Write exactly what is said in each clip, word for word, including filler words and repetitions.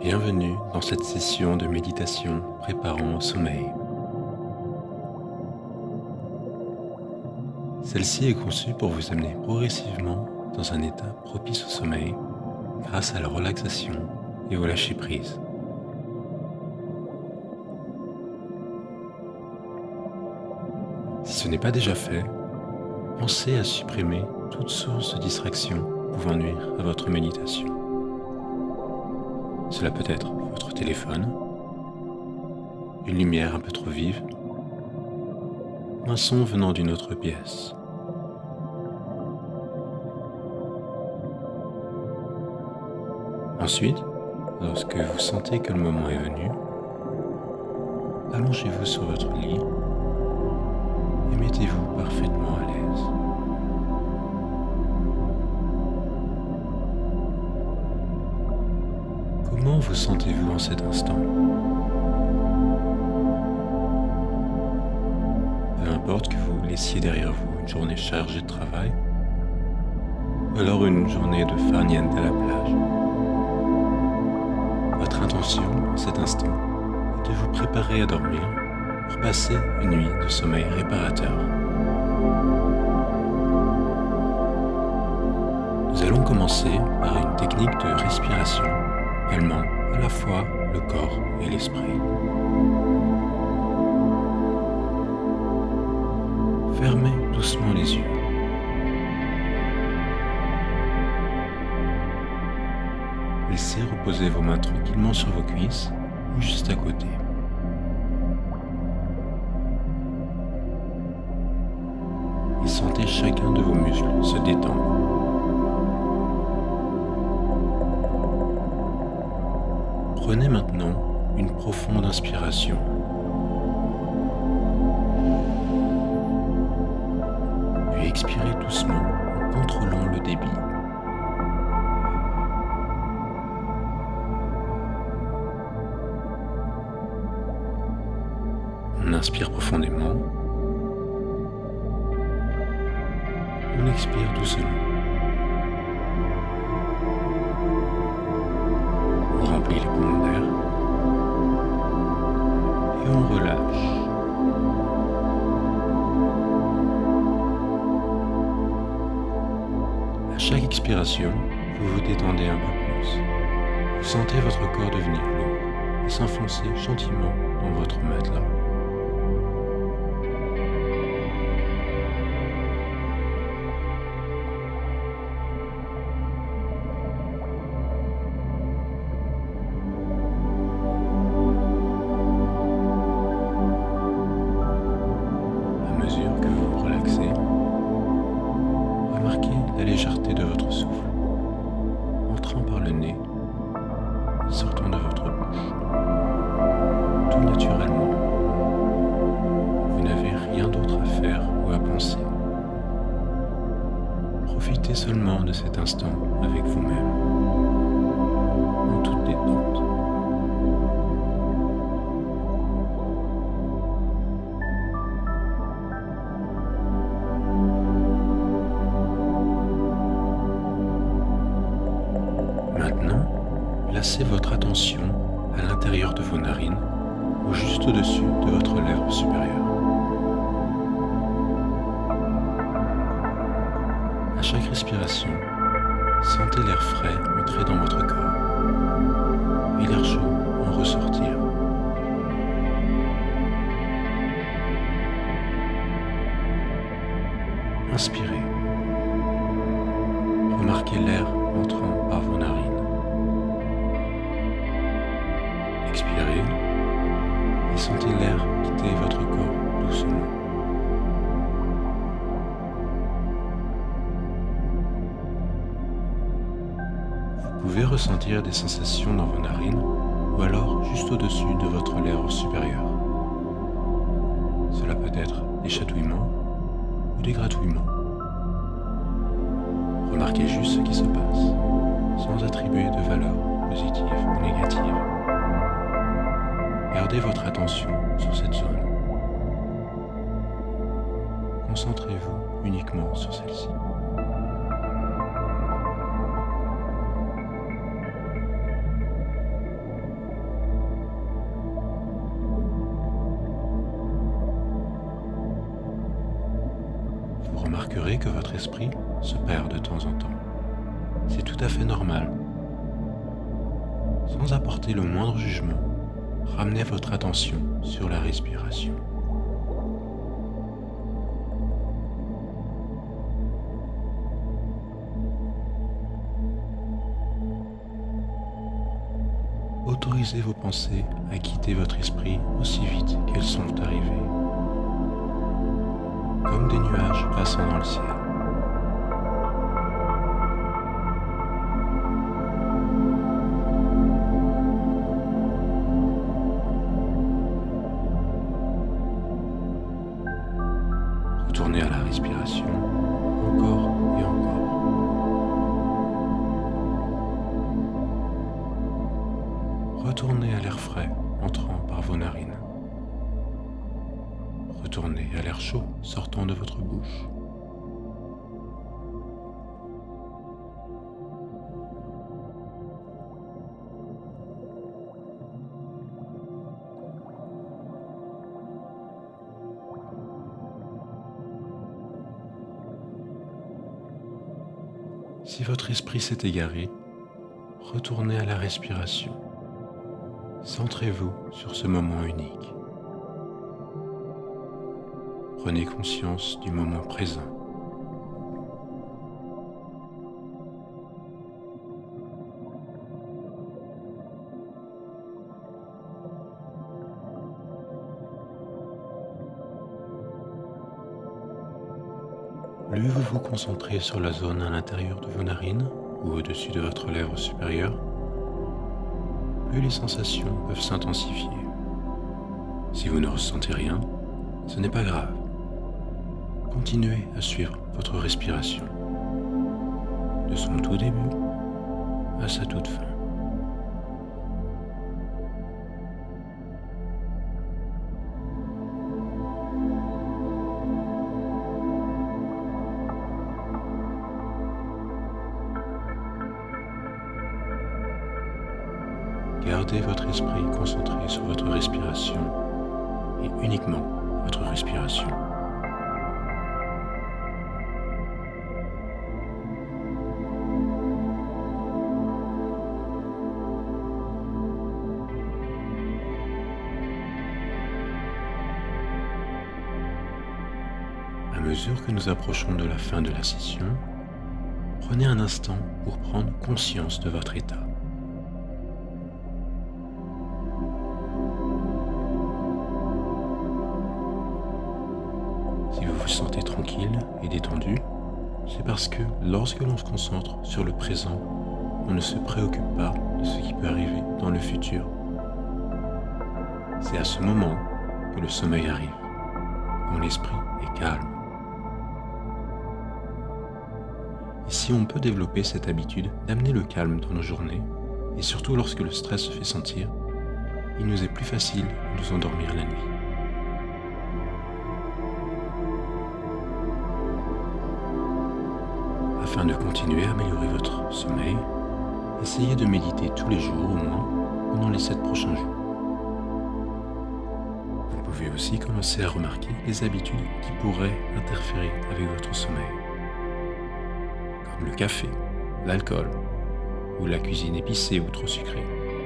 Bienvenue dans cette session de méditation préparant au sommeil. Celle-ci est conçue pour vous amener progressivement dans un état propice au sommeil grâce à la relaxation et au lâcher-prise. Si ce n'est pas déjà fait, pensez à supprimer toute source de distraction pouvant nuire à votre méditation. Cela peut être votre téléphone, une lumière un peu trop vive, un son venant d'une autre pièce. Ensuite, lorsque vous sentez que le moment est venu, allongez-vous sur votre lit et mettez-vous parfaitement à l'aise. Comment vous sentez-vous en cet instant? Peu importe que vous laissiez derrière vous une journée chargée de travail, ou alors une journée de farniente à la plage. Votre intention en cet instant est de vous préparer à dormir pour passer une nuit de sommeil réparateur. Nous allons commencer par une technique de respiration calmant à la fois le corps et l'esprit. Fermez doucement les yeux. Laissez reposer vos mains tranquillement sur vos cuisses ou juste à côté. Et sentez chacun de vos muscles se détendre. Prenez maintenant une profonde inspiration. Puis expirez doucement en contrôlant le débit. On inspire profondément. On expire doucement. On remplit les poumons d'air et on relâche. À chaque expiration, vous vous détendez un peu plus. Vous sentez votre corps devenir lourd et s'enfoncer gentiment dans votre matelas. La légèreté de votre souffle, entrant par le nez et sortant de votre bouche, tout naturellement. Vous n'avez rien d'autre à faire ou à penser. Profitez seulement de cet instant avec vous-même, en toute détente. Maintenant, placez votre attention à l'intérieur de vos narines, ou juste au-dessus de votre lèvre supérieure. À chaque respiration, sentez l'air frais entrer dans votre corps et l'air chaud en ressortir. Inspirez. Remarquez l'air entrant par vos narines. Expirez et sentez l'air quitter votre corps doucement. Vous pouvez ressentir des sensations dans vos narines ou alors juste au-dessus de votre lèvre supérieure. Cela peut être des chatouillements ou des gratouillements. Remarquez juste ce qui se passe, sans attribuer de valeur positive ou négative. Gardez votre attention sur cette zone. Concentrez-vous uniquement sur celle-ci. remarquerez que votre esprit se perd de temps en temps. C'est tout à fait normal. Sans apporter le moindre jugement, ramenez votre attention sur la respiration. Autorisez vos pensées à quitter votre esprit aussi vite qu'elles sont arrivées, comme des nuages passant dans le ciel. Retournez à la respiration, encore et encore. Retournez à l'air frais entrant par vos narines. Retournez à l'air chaud sortant de votre bouche. Si votre esprit s'est égaré, retournez à la respiration. Centrez-vous sur ce moment unique. Prenez conscience du moment présent. Plus vous vous concentrez sur la zone à l'intérieur de vos narines ou au-dessus de votre lèvre supérieure, plus les sensations peuvent s'intensifier. Si vous ne ressentez rien, ce n'est pas grave. Continuez à suivre votre respiration, de son tout début à sa toute fin. Gardez votre esprit concentré sur votre respiration et uniquement votre respiration. À mesure que nous approchons de la fin de la session, prenez un instant pour prendre conscience de votre état. Si vous vous sentez tranquille et détendu, c'est parce que lorsque l'on se concentre sur le présent, on ne se préoccupe pas de ce qui peut arriver dans le futur. C'est à ce moment que le sommeil arrive, quand l'esprit est calme. Et si on peut développer cette habitude d'amener le calme dans nos journées, et surtout lorsque le stress se fait sentir, il nous est plus facile de nous endormir la nuit. Afin de continuer à améliorer votre sommeil, essayez de méditer tous les jours au moins pendant les sept prochains jours. Vous pouvez aussi commencer à remarquer les habitudes qui pourraient interférer avec votre sommeil, comme le café, l'alcool ou la cuisine épicée ou trop sucrée.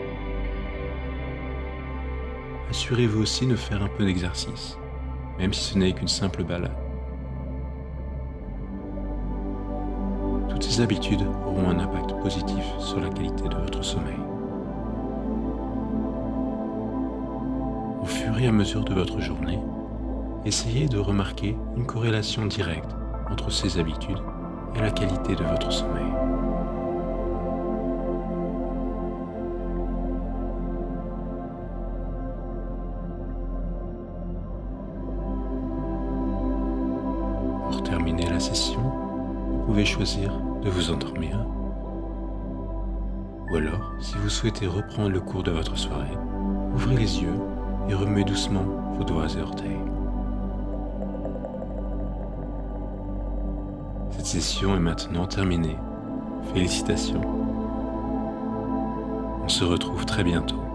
Assurez-vous aussi de faire un peu d'exercice, même si ce n'est qu'une simple balade. Toutes ces habitudes auront un impact positif sur la qualité de votre sommeil. Au fur et à mesure de votre journée, essayez de remarquer une corrélation directe entre ces habitudes et la qualité de votre sommeil. Pour terminer la session, vous pouvez choisir de vous endormir, ou alors, si vous souhaitez reprendre le cours de votre soirée, ouvrez les yeux et remuez doucement vos doigts et orteils. Cette session est maintenant terminée. Félicitations. On se retrouve très bientôt.